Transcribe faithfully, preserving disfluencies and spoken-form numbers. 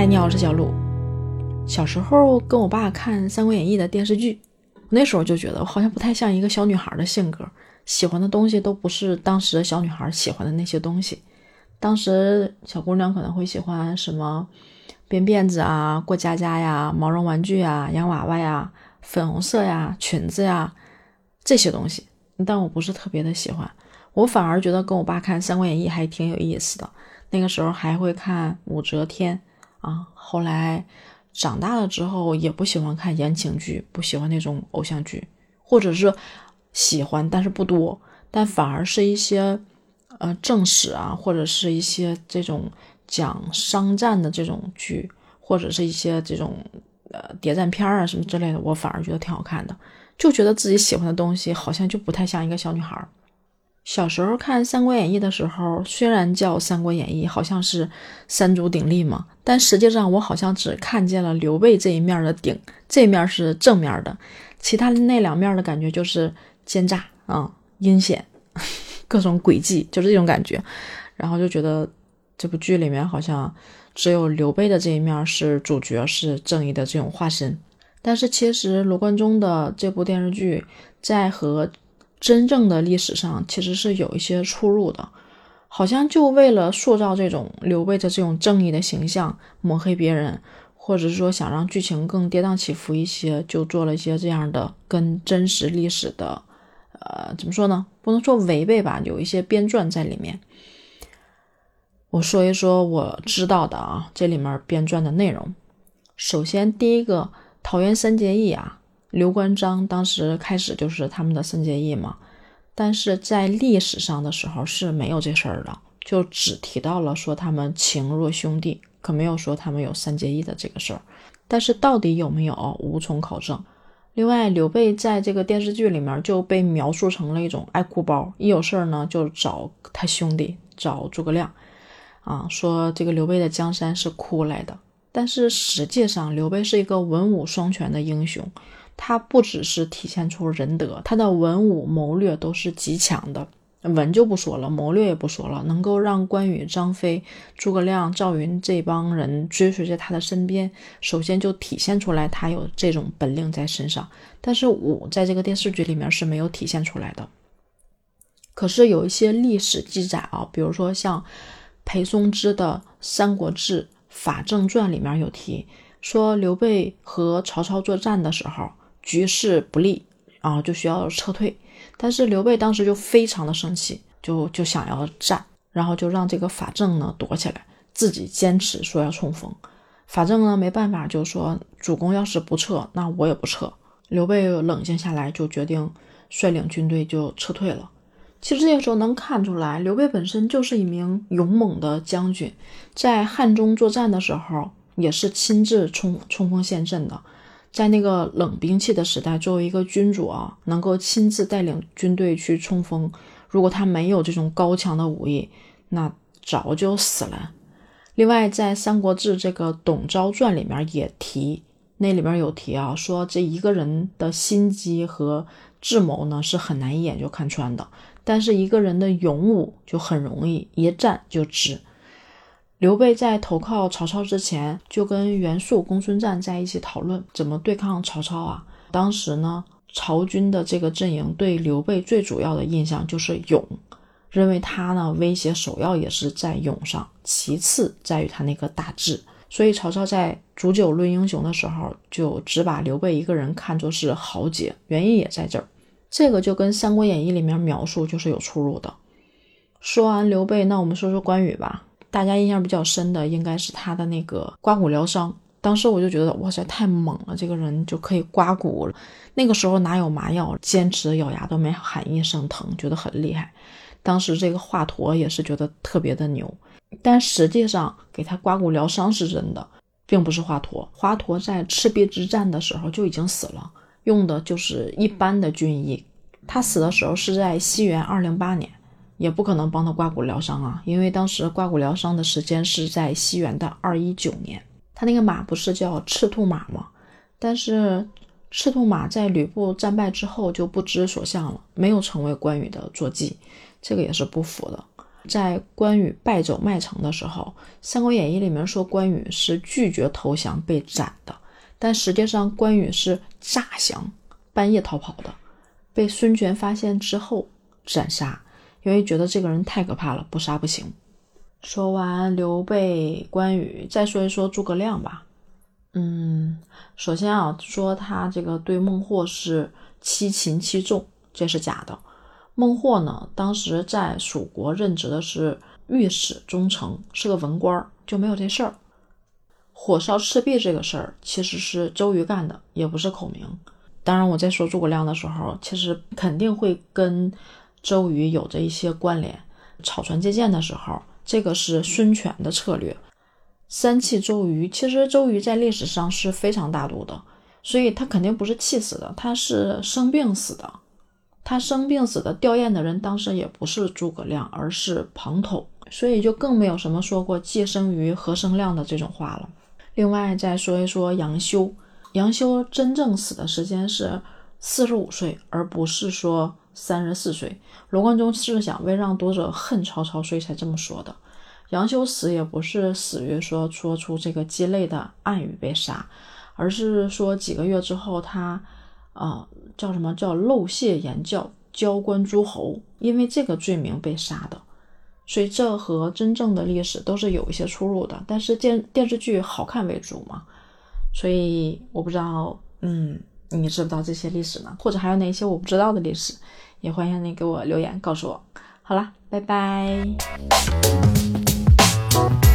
嗨，你好，我是小鹿。小时候跟我爸看《三国演义》的电视剧，那时候就觉得我好像不太像一个小女孩的性格，喜欢的东西都不是当时的小女孩喜欢的那些东西。当时小姑娘可能会喜欢什么编辫子啊、过家家呀、毛绒玩具啊、洋娃娃呀、粉红色呀、裙子呀这些东西，但我不是特别的喜欢。我反而觉得跟我爸看《三国演义》还挺有意思的。那个时候还会看武则天啊，后来长大了之后也不喜欢看言情剧，不喜欢那种偶像剧，或者是喜欢但是不多，但反而是一些呃正史啊，或者是一些这种讲商战的这种剧，或者是一些这种呃谍战片啊什么之类的，我反而觉得挺好看的，就觉得自己喜欢的东西好像就不太像一个小女孩。小时候看《三国演义》的时候，虽然叫《三国演义》，好像是三足鼎立嘛，但实际上我好像只看见了刘备这一面的鼎，这一面是正面的，其他的那两面的感觉就是奸诈啊、阴险，各种诡计，就是这种感觉。然后就觉得这部剧里面好像只有刘备的这一面是主角，是正义的这种化身。但是其实罗贯中的这部电视剧在和真正的历史上其实是有一些出入的，好像就为了塑造这种刘备的这种正义的形象，抹黑别人，或者是说想让剧情更跌宕起伏一些，就做了一些这样的跟真实历史的呃，怎么说呢，不能说违背吧，有一些编撰在里面。我说一说我知道的啊，这里面编撰的内容。首先第一个，桃园三结义啊，刘关张当时开始就是他们的三结义嘛，但是在历史上的时候是没有这事儿的，就只提到了说他们情若兄弟，可没有说他们有三结义的这个事儿。但是到底有没有，无从考证。另外，刘备在这个电视剧里面就被描述成了一种爱哭包，一有事儿呢就找他兄弟，找诸葛亮啊，说这个刘备的江山是哭来的。但是实际上刘备是一个文武双全的英雄，他不只是体现出仁德，他的文武谋略都是极强的，文就不说了，谋略也不说了，能够让关羽、张飞、诸葛亮、赵云这帮人追随在他的身边，首先就体现出来他有这种本领在身上。但是武在这个电视剧里面是没有体现出来的。可是有一些历史记载啊，比如说像裴松之的《三国志·法正传》里面有提，说刘备和曹操作战的时候局势不利啊，就需要撤退，但是刘备当时就非常的生气，就就想要战，然后就让这个法正呢躲起来，自己坚持说要冲锋。法正呢没办法，就说主公要是不撤，那我也不撤。刘备冷静下来，就决定率领军队就撤退了。其实这个时候能看出来，刘备本身就是一名勇猛的将军，在汉中作战的时候也是亲自冲冲锋陷阵的。在那个冷兵器的时代，作为一个君主啊，能够亲自带领军队去冲锋，如果他没有这种高强的武艺，那早就死了。另外在《三国志》这个董昭传里面也提，那里面有提啊，说这一个人的心机和智谋呢是很难一眼就看穿的，但是一个人的勇武就很容易一战就知。刘备在投靠曹操之前，就跟袁术、公孙瓒在一起讨论怎么对抗曹操啊。当时呢，曹军的这个阵营对刘备最主要的印象就是勇，认为他呢威胁首要也是在勇上，其次在于他那个大智。所以曹操在煮酒论英雄的时候，就只把刘备一个人看作是豪杰，原因也在这儿。这个就跟《三国演义》里面描述就是有出入的。说完刘备，那我们说说关羽吧。大家印象比较深的应该是他的那个刮骨疗伤，当时我就觉得哇塞太猛了，这个人就可以刮骨了。那个时候哪有麻药，坚持咬牙都没喊一声疼，觉得很厉害。当时这个华佗也是觉得特别的牛，但实际上给他刮骨疗伤是真的，并不是华佗。华佗在赤壁之战的时候就已经死了，用的就是一般的军医。他死的时候是在西元二零八年，也不可能帮他刮骨疗伤啊，因为当时刮骨疗伤的时间是在西元的二一九年。他那个马不是叫赤兔马吗？但是赤兔马在吕布战败之后就不知所向了，没有成为关羽的坐骑，这个也是不符的。 在关羽败走麦城的时候，《三国演义》里面说关羽是拒绝投降被斩的，但实际上关羽是诈降，半夜逃跑的，被孙权发现之后斩杀，因为觉得这个人太可怕了，不杀不行。说完刘备关羽，再说一说诸葛亮吧。嗯，首先啊，说他这个对孟获是欺擒欺纵，这是假的。孟获呢，当时在蜀国任职的是御史中丞，是个文官，就没有这事儿。火烧赤壁这个事儿其实是周瑜干的，也不是口名。当然我在说诸葛亮的时候，其实肯定会跟周瑜有着一些关联。草船借箭的时候，这个是孙权的策略。三气周瑜，其实周瑜在历史上是非常大度的，所以他肯定不是气死的，他是生病死的。他生病死的吊唁的人当时也不是诸葛亮，而是庞统，所以就更没有什么说过既生瑜何生亮的这种话了。另外再说一说杨修，杨修真正死的时间是四十五岁，而不是说三十四岁。罗贯中是想为让读者恨曹操，所以才这么说的。杨修死也不是死于说说出这个鸡肋的暗语被杀，而是说几个月之后他呃，叫什么叫漏泄言教，交官诸侯，因为这个罪名被杀的。所以这和真正的历史都是有一些出入的，但是电电视剧好看为主嘛，所以我不知道嗯，你知不知道这些历史呢？或者还有哪些我不知道的历史，也欢迎你给我留言告诉我。好了，拜拜。